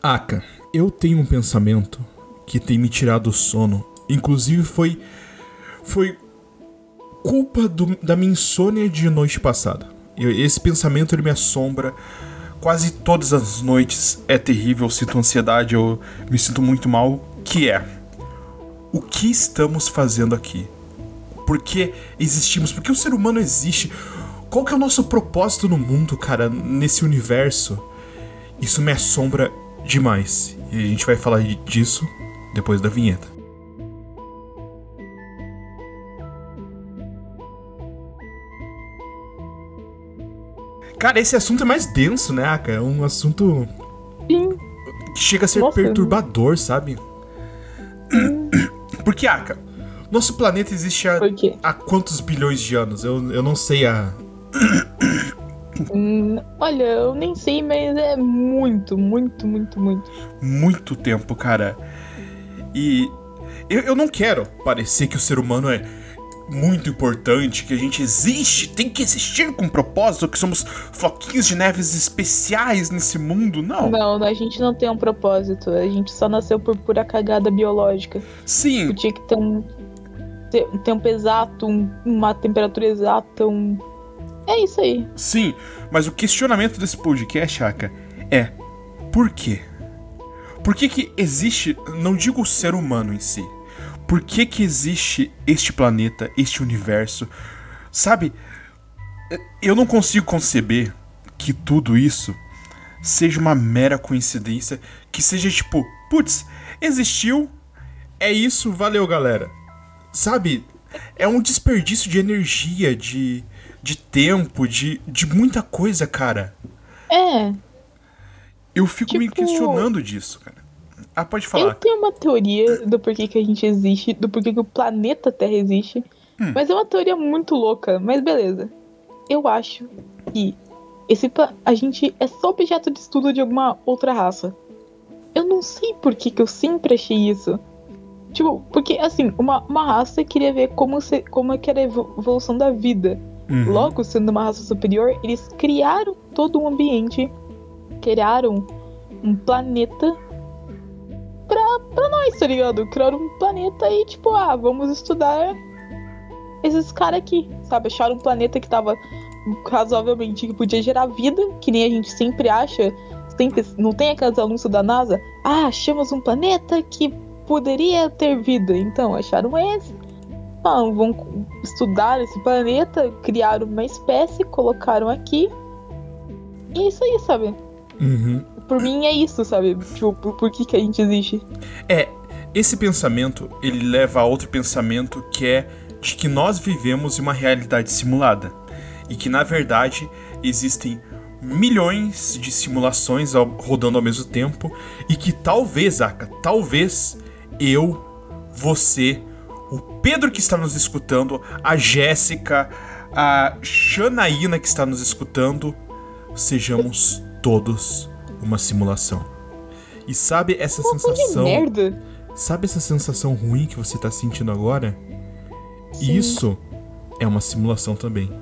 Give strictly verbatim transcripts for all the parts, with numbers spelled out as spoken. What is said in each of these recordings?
Aka, eu tenho um pensamento que tem me tirado o sono. Inclusive foi foi culpa do, da minha insônia de noite passada. Eu, esse pensamento ele me assombra quase todas as noites. É terrível, eu sinto ansiedade, eu me sinto muito mal. Que é: o que estamos fazendo aqui? Por que existimos? Por que o ser humano existe? Qual que é o nosso propósito no mundo, cara, nesse universo? Isso me assombra demais. E a gente vai falar disso depois da vinheta. Cara, esse assunto é mais denso, né, Aka? É um assunto Sim. que chega a ser Nossa, perturbador, sabe? Sim. Porque, Aka, nosso planeta existe há, Por quê? há quantos bilhões de anos? Eu, eu não sei a... Hum, olha, eu nem sei, mas é muito, muito, muito, muito. Muito tempo, cara. E eu, eu não quero parecer que o ser humano é muito importante, que a gente existe, tem que existir com propósito, que somos floquinhos de neves especiais nesse mundo, não. Não, a gente não tem um propósito. A gente só nasceu por pura cagada biológica. Sim. Tinha que ter um ter um tempo exato, um, uma temperatura exata, um... É isso aí. Sim, mas o questionamento desse podcast, Aka, é: por quê? Por que que existe, não digo o ser humano em si, por que que existe este planeta, este universo? Sabe, eu não consigo conceber que tudo isso seja uma mera coincidência, que seja tipo, putz, existiu, é isso, valeu galera. Sabe, é um desperdício de energia, de, de tempo, de, de muita coisa, cara. É. Eu fico Tipo, me questionando disso, cara. Ah, pode falar. Eu tenho uma teoria do porquê que a gente existe, do porquê que o planeta Terra existe. Hum. Mas é uma teoria muito louca, mas beleza. Eu acho que esse pla- a gente é só objeto de estudo de alguma outra raça. Eu não sei por que que eu sempre achei isso. Tipo, porque assim, uma, uma raça queria ver como, se, como é que era a evo- evolução da vida. Uhum. Logo, sendo uma raça superior, eles criaram todo um ambiente, criaram um planeta pra, pra nós, tá ligado? Criaram um planeta e tipo, ah, vamos estudar esses caras aqui, sabe? Acharam um planeta que tava razoavelmente, que podia gerar vida, que nem a gente sempre acha. Sempre, não tem aqueles anúncios da NASA? Ah, achamos um planeta que poderia ter vida. Então, acharam esse. Ah, vão estudar esse planeta, criaram uma espécie, colocaram aqui. E é isso aí, sabe? Uhum. Por mim é isso, sabe? Tipo, por, por que que a gente existe? É, esse pensamento, ele leva a outro pensamento que é de que nós vivemos em uma realidade simulada. E que, na verdade, existem milhões de simulações ao, rodando ao mesmo tempo. E que talvez, Aka, talvez eu, você, o Pedro que está nos escutando, a Jéssica, a Xanaína que está nos escutando, sejamos todos uma simulação. E sabe essa Pô, sensação... que merda! Sabe essa sensação ruim que você tá sentindo agora? Sim. Isso é uma simulação também.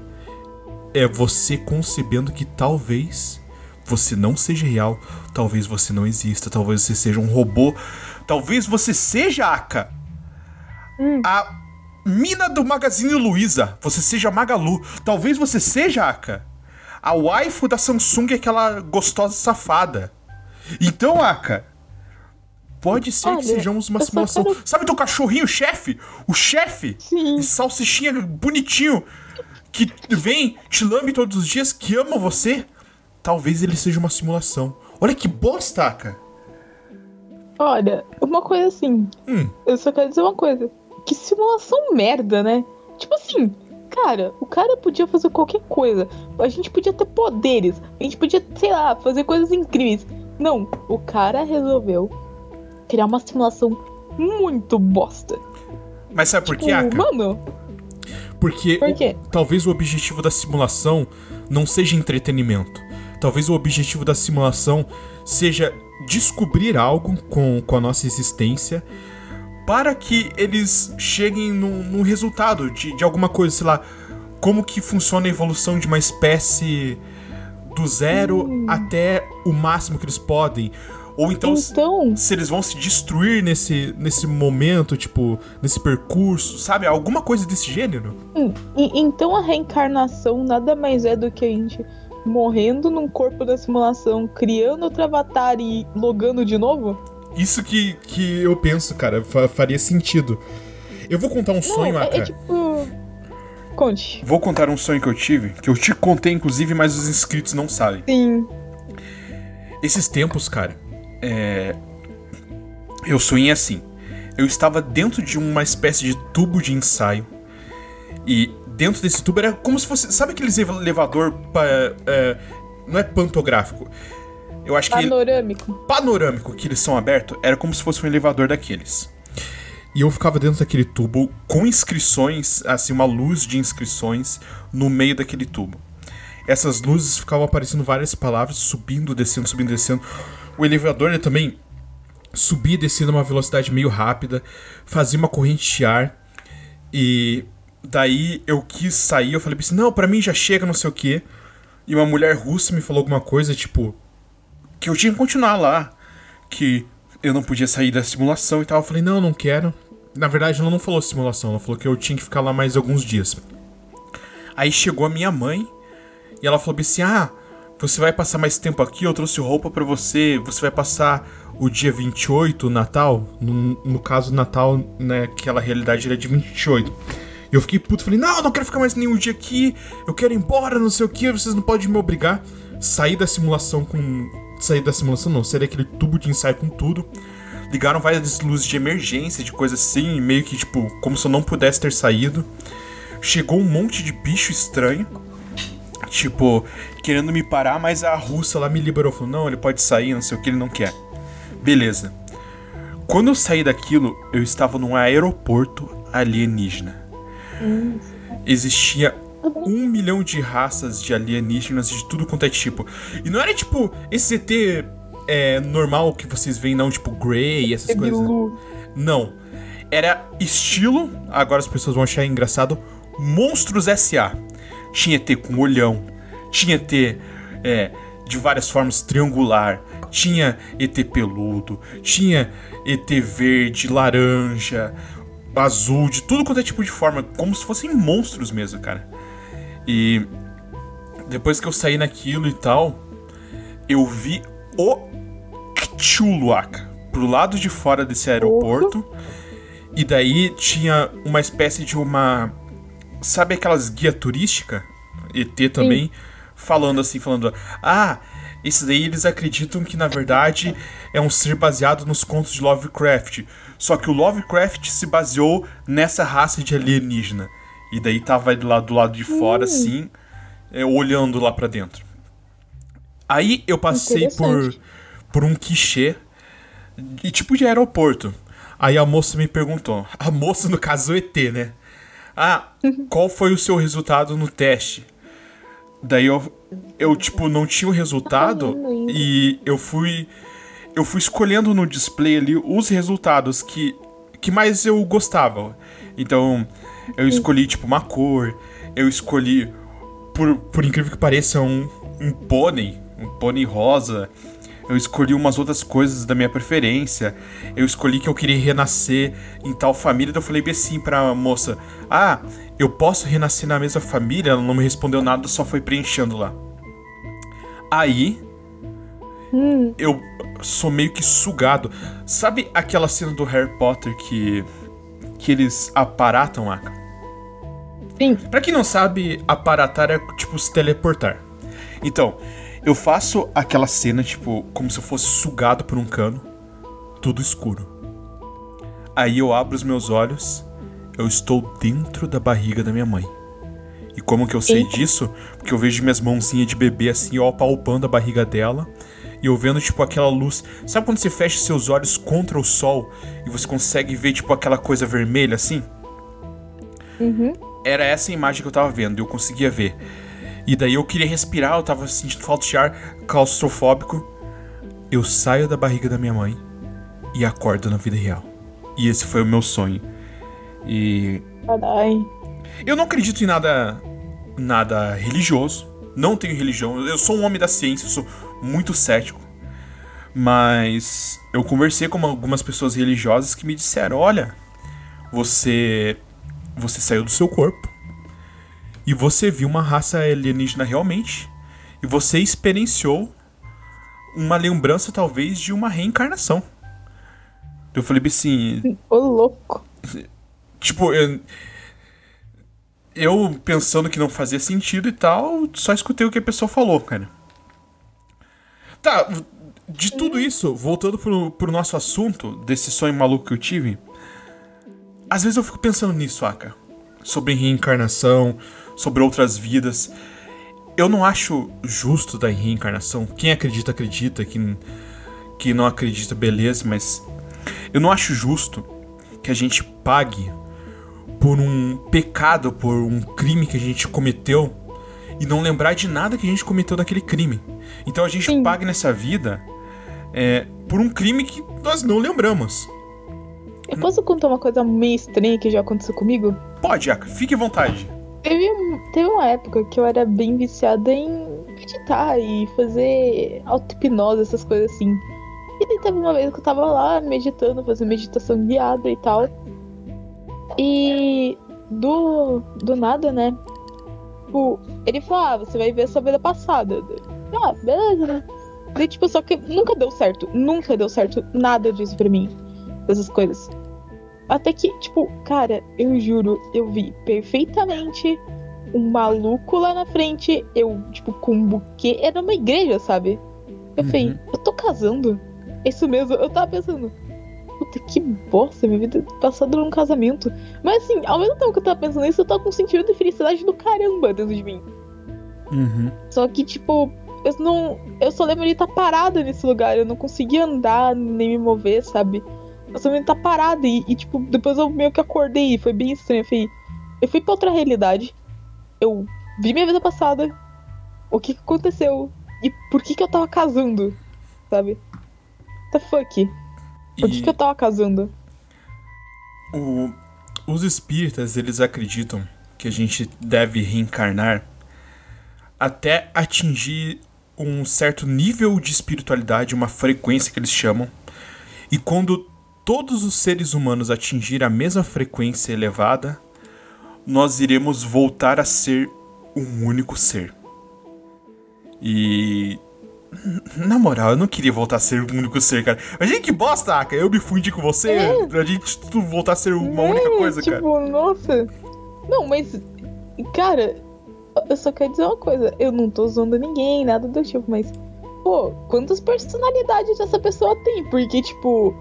É você concebendo que talvez você não seja real, talvez você não exista, talvez você seja um robô, talvez você seja, Aka, Hum. a mina do Magazine Luiza, você seja a Magalu, talvez você seja, Aka, a waifu da Samsung, aquela gostosa safada. Então, Aka, pode ser Olha, que sejamos uma eu só simulação. quero- Sabe teu cachorrinho, chefe? O chefe? Sim. De salsichinha bonitinho, que vem, te lambe todos os dias, que ama você? Talvez ele seja uma simulação. Olha que bosta, Aka. Olha, uma coisa assim. Hum. Eu só quero dizer uma coisa. Que simulação merda, né? Tipo assim, cara, o cara podia fazer qualquer coisa. A gente podia ter poderes. A gente podia, sei lá, fazer coisas incríveis. Não, o cara resolveu criar uma simulação muito bosta. Mas sabe por Tipo, quê, Aka? mano, Porque por quê? o- talvez o objetivo da simulação não seja entretenimento. Talvez o objetivo da simulação seja descobrir algo com, com a nossa existência para que eles cheguem num, num resultado de, de alguma coisa, sei lá, como que funciona a evolução de uma espécie do zero Hum. até o máximo que eles podem. Ou então, Então- se eles vão se destruir nesse, nesse momento, tipo, nesse percurso, sabe? Alguma coisa desse gênero. Hum, e- então a reencarnação nada mais é do que a gente morrendo num corpo da simulação, criando outro avatar e logando de novo? Isso que, que eu penso, cara, fa- faria sentido. Eu vou contar um sonho, Não, é, Aka. é tipo. Conte. Vou contar um sonho que eu tive, que eu te contei, inclusive, mas os inscritos não sabem. Sim. Esses tempos, cara, é... eu sonhei assim. Eu estava dentro de uma espécie de tubo de ensaio. E dentro desse tubo era como se fosse... Sabe aqueles elevador... Pa... É... Não é pantográfico. Eu acho que... Panorâmico. Panorâmico, que eles são abertos. Era como se fosse um elevador daqueles. E eu ficava dentro daquele tubo com inscrições, assim, uma luz de inscrições no meio daquele tubo. Essas luzes ficavam aparecendo várias palavras, subindo, descendo, subindo, descendo. O elevador, ele também subia e descia numa velocidade meio rápida, fazia uma corrente de ar. E daí eu quis sair, eu falei assim, não, pra mim já chega, não sei o quê. E uma mulher russa me falou alguma coisa, tipo, que eu tinha que continuar lá, que eu não podia sair da simulação e tal. Eu falei, não, não quero. Na verdade, ela não falou simulação, ela falou que eu tinha que ficar lá mais alguns dias. Aí chegou a minha mãe e ela falou assim, ah, você vai passar mais tempo aqui, eu trouxe roupa pra você, você vai passar o dia vinte e oito, o Natal. No, no caso, Natal, né, aquela realidade era de vinte e oito. E eu fiquei puto, falei, não, eu não quero ficar mais nenhum dia aqui, eu quero ir embora, não sei o que, vocês não podem me obrigar. Saí da simulação com... Saí da simulação não, saí daquele tubo de ensaio com tudo. Ligaram várias luzes de emergência, de coisa assim, meio que tipo, como se eu não pudesse ter saído. Chegou um monte de bicho estranho, tipo, querendo me parar, mas a russa lá me liberou, falou, não, ele pode sair, não sei o que, ele não quer. Beleza. Quando eu saí daquilo, eu estava num aeroporto alienígena. Hum. Existia um milhão de raças de alienígenas de tudo quanto é tipo. E não era tipo esse E T é, normal que vocês veem, não, tipo Grey e essas É coisas. Bilu. Não. Era estilo, agora as pessoas vão achar engraçado, Monstros S A. Tinha E T com olhão, tinha E T é, de várias formas triangular, tinha E T peludo, tinha E T verde, laranja, azul, de tudo quanto é tipo de forma, como se fossem monstros mesmo, cara. E depois que eu saí naquilo e tal, eu vi o Cthulhu, Aka, pro lado de fora desse aeroporto. E daí tinha uma espécie de uma... Sabe aquelas guia turística? E T também. Sim. Falando assim, falando... Ah, esses daí eles acreditam que na verdade é um ser baseado nos contos de Lovecraft. Só que o Lovecraft se baseou nessa raça de alienígena. E daí tava ele lá do lado de fora, hum. assim, é, olhando lá pra dentro. Aí eu passei por, por um guichê, e tipo de aeroporto. Aí a moça me perguntou, a moça no caso o E T, né? Ah, qual foi o seu resultado no teste? Daí eu, eu tipo, não tinha o resultado e eu fui, eu fui escolhendo no display ali os resultados que, que mais eu gostava. Então, eu escolhi tipo uma cor, eu escolhi, por, por incrível que pareça, um, um pônei, um pônei rosa. Eu escolhi umas outras coisas da minha preferência. Eu escolhi que eu queria renascer em tal família. Então eu falei bem assim pra moça, ah, eu posso renascer na mesma família? Ela não me respondeu nada, só foi preenchendo lá. Aí, hum. eu sou meio que sugado. Sabe aquela cena do Harry Potter que, que eles aparatam, Aka? Sim. Pra quem não sabe, aparatar é tipo se teleportar. Então... Eu faço aquela cena, tipo, como se eu fosse sugado por um cano, tudo escuro. Aí eu abro os meus olhos, eu estou dentro da barriga da minha mãe. E como que eu sei Eita. disso? Porque eu vejo minhas mãozinhas de bebê assim, ó, palpando a barriga dela. E eu vendo, tipo, aquela luz... Sabe quando você fecha seus olhos contra o sol e você consegue ver, tipo, aquela coisa vermelha assim? Uhum. Era essa a imagem que eu tava vendo, eu conseguia ver. E daí eu queria respirar, eu tava sentindo falta de ar, claustrofóbico. Eu saio da barriga da minha mãe e acordo na vida real. E esse foi o meu sonho. E... Carai. Eu não acredito em nada, nada religioso. Não tenho religião. Eu sou um homem da ciência, eu sou muito cético. Mas eu conversei com algumas pessoas religiosas que me disseram, olha, você você saiu do seu corpo e você viu uma raça alienígena realmente e você experienciou uma lembrança talvez de uma reencarnação. Eu falei assim, Ô, louco. tipo, eu, eu pensando que não fazia sentido e tal, só escutei o que a pessoa falou, cara. Tá, de tudo isso, voltando pro, pro nosso assunto, desse sonho maluco que eu tive, às vezes eu fico pensando nisso, Aka. Sobre reencarnação, sobre outras vidas. Eu não acho justo da reencarnação. Quem acredita, acredita. Quem, quem não acredita, beleza, mas eu não acho justo que a gente pague por um pecado, por um crime que a gente cometeu e não lembrar de nada que a gente cometeu daquele crime. Então a gente Sim. paga nessa vida é, por um crime que nós não lembramos. Eu posso contar uma coisa meio estranha que já aconteceu comigo? Pode, Aka, fique à vontade. Teve, um- teve uma época que eu era bem viciada em meditar e fazer auto-hipnose, essas coisas assim. E daí teve uma vez que eu tava lá meditando, fazendo meditação guiada e tal. E do, do nada, né? Tipo, ele falou, ah, você vai ver a sua vida passada. Eu, Ah, beleza, né? Daí, tipo, só que nunca deu certo. Nunca deu certo nada disso pra mim. Dessas coisas. Até que, tipo, cara, eu juro, eu vi perfeitamente um maluco lá na frente. Eu, tipo, com um buquê. Era uma igreja, sabe? Eu Uhum. falei, eu tô casando? É isso mesmo, eu tava pensando. Puta, que bosta, minha vida passada num casamento. Mas assim, ao mesmo tempo que eu tava pensando nisso, eu tava com um sentimento de felicidade do caramba dentro de mim. Uhum. Só que, tipo, eu não. Eu só lembro de estar parada nesse lugar. Eu não conseguia andar nem me mover, sabe? Eu só lembro de estar parada. E, e, tipo, depois eu meio que acordei. Foi bem estranho. Eu fui, eu fui pra outra realidade. Eu vi minha vida passada. O que, que aconteceu? E por que, que eu tava casando? Sabe? What the fuck? Por que, E que eu tava casando? o, os espíritas, eles acreditam que a gente deve reencarnar até atingir um certo nível de espiritualidade, uma frequência que eles chamam. E quando todos os seres humanos atingirem a mesma frequência elevada, nós iremos voltar a ser um único ser. E... Na moral, eu não queria voltar a ser um único ser, cara. Imagina que bosta, Aka. Eu me fundi com você, É. a gente tudo voltar a ser uma É, única coisa, tipo, cara. nossa. Não, mas, cara, eu só quero dizer uma coisa. Eu não tô zoando ninguém, nada do tipo, mas, pô, quantas personalidades essa pessoa tem? Porque, tipo,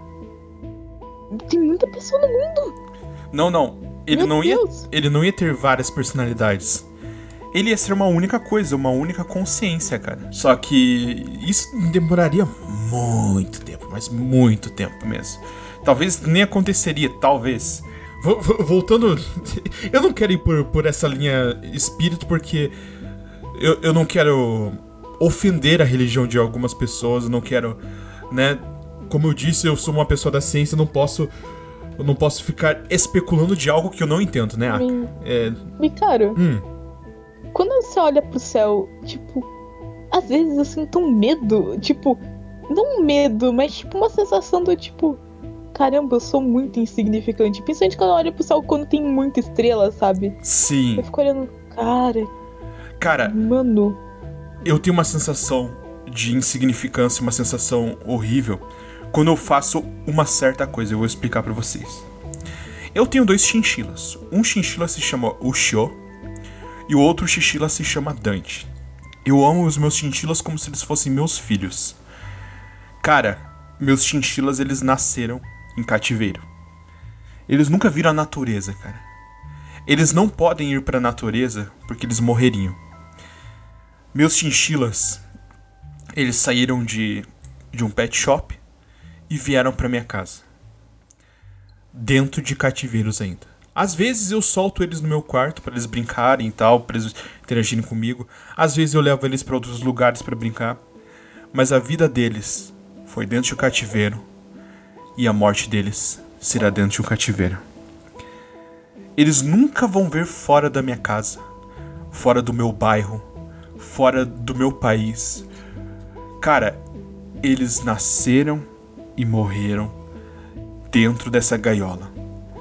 tem muita pessoa no mundo. Não, não. Ele Meu não, ia, Deus. ele não ia ter várias personalidades. Ele ia ser uma única coisa, uma única consciência, cara. Só que isso demoraria muito tempo, mas muito tempo mesmo. Talvez nem aconteceria, talvez. Vo- vo- Voltando, eu não quero ir por, por essa linha espírito porque eu, eu não quero ofender a religião de algumas pessoas, eu não quero, né? Como eu disse, eu sou uma pessoa da ciência, eu não posso, eu não posso ficar especulando de algo que eu não entendo, né? Aka? Me, É, me cara, hum, quando você olha pro céu, tipo, às vezes eu sinto um medo, tipo, não um medo, mas tipo uma sensação do tipo, caramba, eu sou muito insignificante. Principalmente quando eu olho pro céu quando tem muita estrela, sabe? sim. Eu fico olhando, cara, Cara, mano. eu tenho uma sensação de insignificância, uma sensação horrível quando eu faço uma certa coisa. Eu vou explicar pra vocês. Eu tenho dois chinchilas. Um chinchila se chama Ushio e o outro chinchila se chama Dante. Eu amo os meus chinchilas como se eles fossem meus filhos. Cara, meus chinchilas, eles nasceram em cativeiro. Eles nunca viram a natureza, cara. Eles não podem ir pra natureza porque eles morreriam. Meus chinchilas, eles saíram de, de um pet shop e vieram pra minha casa. Dentro de cativeiros ainda. Às vezes eu solto eles no meu quarto pra eles brincarem e tal, pra eles interagirem comigo. Às vezes eu levo eles pra outros lugares pra brincar. Mas a vida deles foi dentro de um cativeiro e a morte deles será dentro de um cativeiro. Eles nunca vão ver fora da minha casa, fora do meu bairro, fora do meu país. Cara, Eles nasceram e morreram dentro dessa gaiola.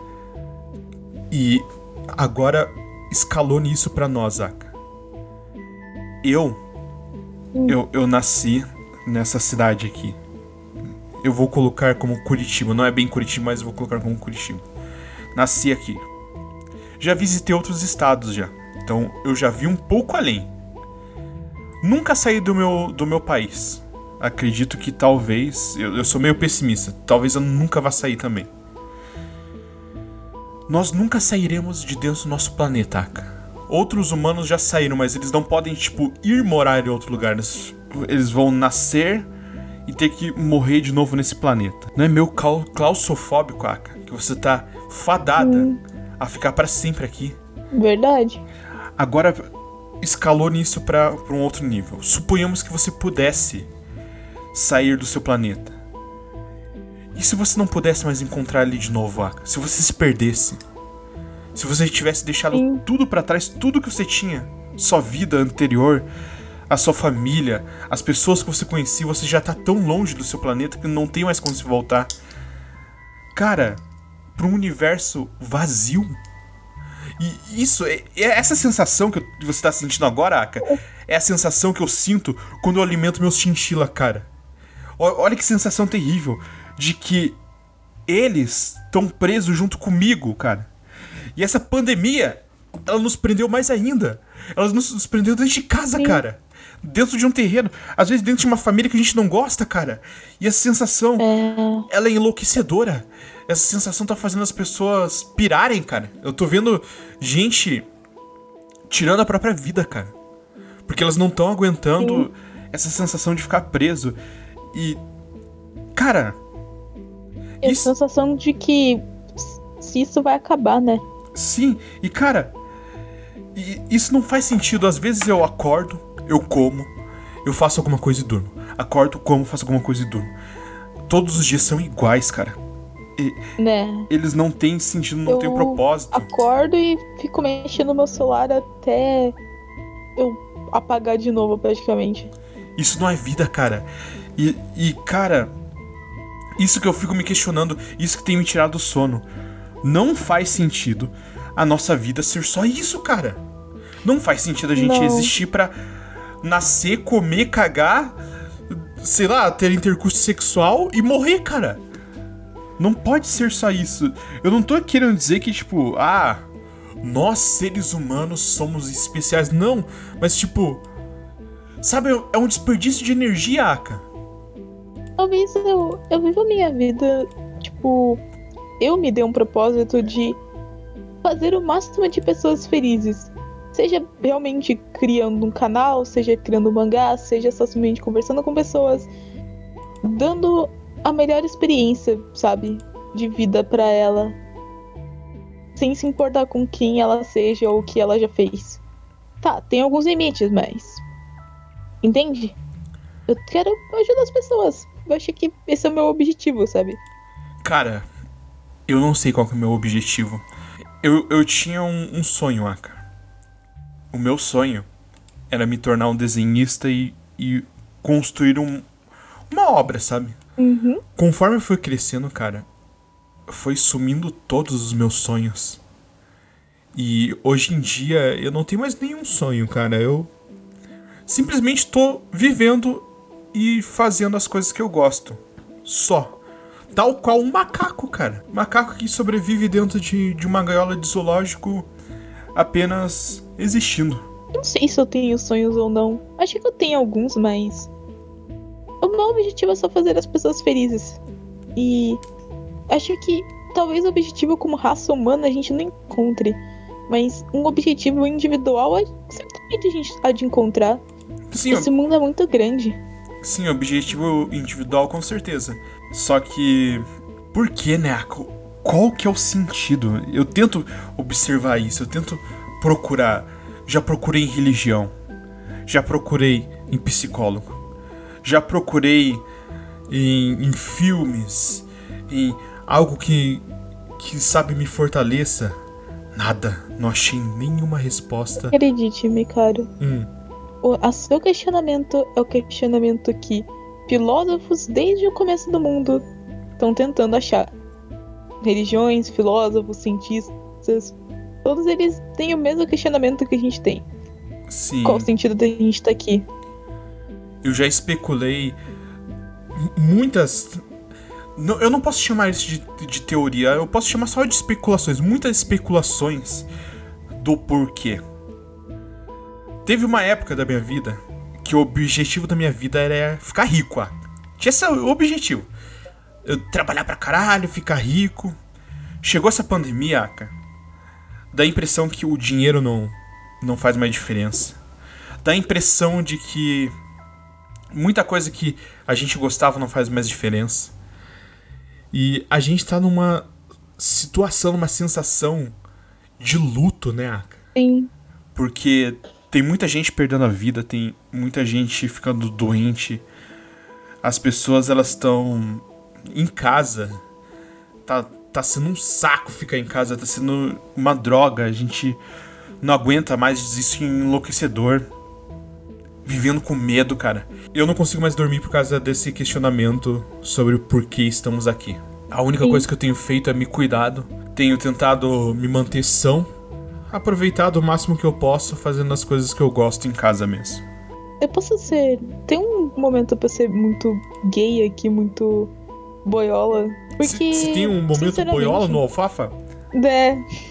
E agora escalone isso pra nós, Aka. Eu, eu, eu nasci nessa cidade aqui. Eu vou colocar como Curitiba. Não é bem Curitiba, mas eu vou colocar como Curitiba. Nasci aqui. Já visitei outros estados já. Então eu já vi um pouco além. Nunca saí do meu, do meu país. Acredito que talvez... Eu, eu sou meio pessimista. Talvez eu nunca vá sair também. Nós nunca sairemos de dentro do nosso planeta, Aka. Outros humanos já saíram, mas eles não podem, tipo, ir morar em outro lugar. Eles, eles vão nascer e ter que morrer de novo nesse planeta. Não é meio claustrofóbico, Aka? Que você tá fadada hum. a ficar pra sempre aqui. Verdade. Agora, escalone isso pra, pra um outro nível. Suponhamos que você pudesse sair do seu planeta. E se você não pudesse mais encontrar ele de novo, Aka? Se você se perdesse? Se você tivesse deixado Sim. tudo pra trás, tudo que você tinha, sua vida anterior, a sua família, as pessoas que você conhecia, você já tá tão longe do seu planeta que não tem mais como se voltar. Cara, pra um universo vazio. E isso, é, é essa sensação que, eu, que você tá sentindo agora, Aka, é a sensação que eu sinto quando eu alimento meus chinchila, cara. O, olha que sensação terrível de que eles estão presos junto comigo, cara. E essa pandemia, ela nos prendeu mais ainda. Ela nos, nos prendeu dentro de casa, Sim. cara. Dentro de um terreno. Às vezes dentro de uma família que a gente não gosta, cara. E essa sensação, é... ela é enlouquecedora. Essa sensação tá fazendo as pessoas pirarem, cara. Eu tô vendo gente tirando a própria vida, cara. Porque elas não estão aguentando Sim. essa sensação de ficar preso. E... Cara... E isso... a sensação de que... se isso vai acabar, né? Sim, e cara, isso não faz sentido. Às vezes eu acordo, eu como, eu faço alguma coisa e durmo. Acordo, como, faço alguma coisa e durmo. Todos os dias são iguais, cara. E, né? Eles não têm sentido, não têm propósito. Acordo e fico mexendo no meu celular até eu apagar de novo, praticamente. Isso não é vida, cara. E, e cara, isso que eu fico me questionando, isso que tem me tirado do sono. Não faz sentido a nossa vida ser só isso, cara. Não faz sentido a gente não. existir pra nascer, comer, cagar, sei lá, ter intercurso sexual e morrer, cara. Não pode ser só isso. Eu não tô querendo dizer que, tipo, ah, nós seres humanos somos especiais. Não, mas tipo, sabe, é um desperdício de energia, Aka. Talvez eu, eu vivo a minha vida, tipo... Eu me dei um propósito de fazer o máximo de pessoas felizes. Seja realmente criando um canal, seja criando um mangá, seja socialmente conversando com pessoas, dando a melhor experiência, sabe, de vida pra ela, sem se importar com quem ela seja ou o que ela já fez. Tá, tem alguns limites, mas... Entende? Eu quero ajudar as pessoas. Eu acho que esse é o meu objetivo, sabe? Cara... Eu não sei qual que é o meu objetivo. Eu, eu tinha um, um sonho, Aka. O meu sonho era me tornar um desenhista e, e construir um, uma obra, sabe? Uhum. Conforme eu fui crescendo, cara, foi sumindo todos os meus sonhos. E hoje em dia eu não tenho mais nenhum sonho, cara. Eu simplesmente tô vivendo e fazendo as coisas que eu gosto. Só. Tal qual um macaco, cara. Macaco que sobrevive dentro de, de uma gaiola de zoológico apenas existindo. Não sei se eu tenho sonhos ou não. Acho que eu tenho alguns, mas... O meu objetivo é só fazer as pessoas felizes. E... acho que talvez o objetivo como raça humana a gente não encontre. Mas um objetivo individual é certamente a gente há de encontrar. Sim, Esse mundo é muito grande. Sim, objetivo individual com certeza. Só que... Por que, né? Qual que é o sentido? Eu tento observar isso, eu tento procurar. Já procurei em religião. Já procurei em psicólogo. Já procurei em, em filmes. Em algo que, que, sabe, me fortaleça. Nada. Não achei nenhuma resposta. Acredite-me, cara. Hum. O a seu questionamento é o questionamento que filósofos desde o começo do mundo estão tentando achar. Religiões, filósofos, cientistas, todos eles têm o mesmo questionamento que a gente tem. Sim. Qual o sentido da gente estar aqui? Eu já especulei muitas... Não, eu não posso chamar isso de, de teoria, eu posso chamar só de especulações. Muitas especulações do porquê. Teve uma época da minha vida que o objetivo da minha vida era ficar rico. Ah. Tinha esse o objetivo. Eu trabalhar pra caralho, ficar rico. Chegou essa pandemia, Aka. Dá a impressão que o dinheiro não, não faz mais diferença. Dá a impressão de que muita coisa que a gente gostava não faz mais diferença. E a gente tá numa situação, numa sensação de luto, né, Aka? Sim. Porque tem muita gente perdendo a vida, tem muita gente ficando doente. As pessoas, elas estão em casa. Tá, tá sendo um saco ficar em casa, tá sendo uma droga. A gente não aguenta mais, isso é enlouquecedor. Vivendo com medo, cara. Eu não consigo mais dormir por causa desse questionamento sobre o porquê estamos aqui. A única Sim. coisa que eu tenho feito é me cuidado. Tenho tentado me manter são. Aproveitado o máximo que eu posso, fazendo as coisas que eu gosto em casa mesmo. Eu posso ser... Tem um momento pra ser muito gay aqui, muito boiola. Porque... Se, se tem um momento boiola no Alfafa? É.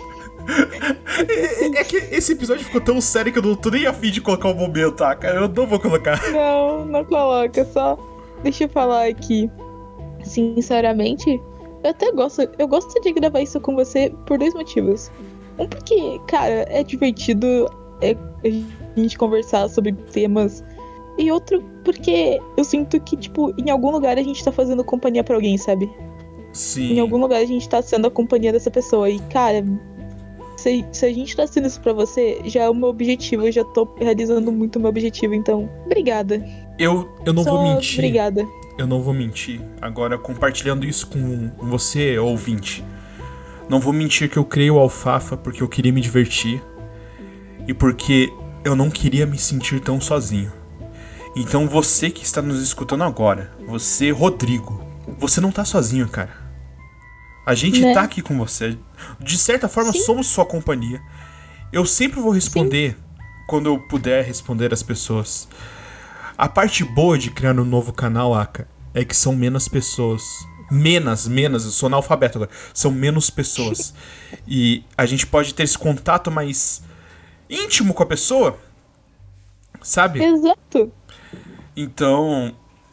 É, é que esse episódio ficou tão sério que eu não tô nem afim de colocar o momento, tá, cara? Eu não vou colocar. Não, não coloca, só deixa eu falar aqui. Sinceramente, eu até gosto, eu gosto de gravar isso com você por dois motivos. Um, porque, cara, é divertido é, a gente conversar sobre temas. E outro, porque eu sinto que, tipo, em algum lugar a gente tá fazendo companhia pra alguém, sabe? Sim. Em algum lugar a gente tá sendo a companhia dessa pessoa. E, cara, se, se a gente tá sendo isso pra você, já é o meu objetivo. Eu já tô realizando muito o meu objetivo. Então, obrigada. Eu, eu não Só vou mentir. Obrigada. Eu não vou mentir. Agora, compartilhando isso com você, ouvinte. Não vou mentir que eu criei o Alfafa porque eu queria me divertir. E porque eu não queria me sentir tão sozinho. Então você que está nos escutando agora, você, Rodrigo, você não tá sozinho, cara. A gente Né? tá aqui com você. De certa forma, Sim. somos sua companhia. Eu sempre vou responder quando eu puder responder as pessoas. A parte boa de criar um novo canal, Aka, é que são menos pessoas. Menos, menos, eu sou analfabeto agora. São menos pessoas. E a gente pode ter esse contato mais íntimo com a pessoa, sabe? Exato. Então,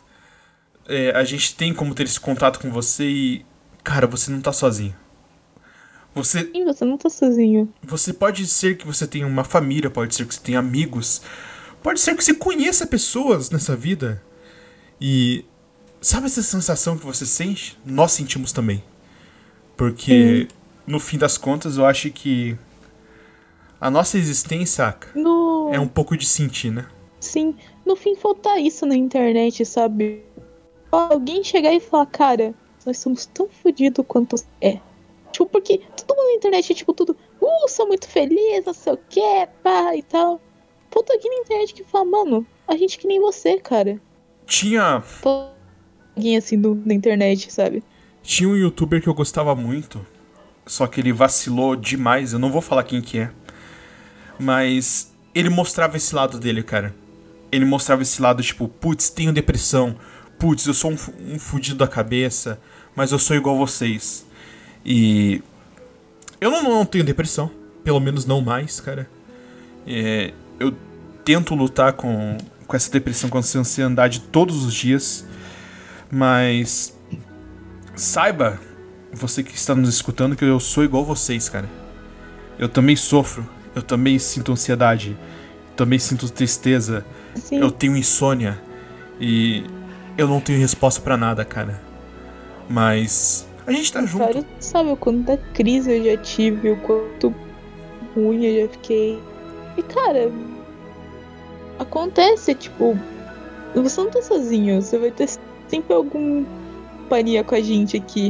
é, a gente tem como ter esse contato com você e, cara, você não tá sozinho. Você, Sim, você não tá sozinho. você pode ser que você tenha uma família, pode ser que você tenha amigos, pode ser que você conheça pessoas nessa vida. E sabe essa sensação que você sente? Nós sentimos também. Porque, no fim das contas, eu acho que a nossa existência, Aka, No... é um pouco de sentir, né? Sim, no fim falta isso na internet, sabe? Alguém chegar e falar, cara, nós somos tão fodidos quanto é. Tipo, porque todo mundo na internet é tipo tudo, uh, sou muito feliz, não sei o que, pá, e tal. Falta alguém na internet que fala, mano, a gente que nem você, cara. Tinha... Falta alguém assim do, na internet, sabe? Tinha um youtuber que eu gostava muito, só que ele vacilou demais, eu não vou falar quem que é. Mas ele mostrava esse lado dele, cara. Ele mostrava esse lado, tipo, putz, tenho depressão. Putz, eu sou um, um fudido da cabeça, mas eu sou igual vocês. E eu não, não tenho depressão, pelo menos não mais, cara. É, eu tento lutar com, com essa depressão, com essa ansiedade todos os dias. Mas saiba, você que está nos escutando, que eu sou igual vocês, cara. Eu também sofro, eu também sinto ansiedade, também sinto tristeza. Sim. Eu tenho insônia e eu não tenho resposta pra nada, cara. Mas a gente tá junto. Cara, sabe o quanta crise eu já tive, o quanto ruim eu já fiquei. E, cara, acontece, tipo, você não tá sozinho, você vai ter sempre algum companhia com a gente aqui.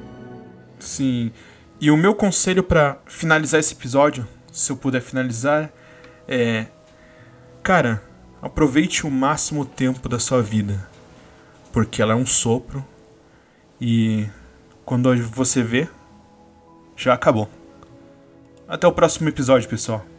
Sim. E o meu conselho pra finalizar esse episódio, se eu puder finalizar, é... Cara, aproveite o máximo tempo da sua vida. porque ela é um sopro e quando você vê, já acabou. Até o próximo episódio, pessoal.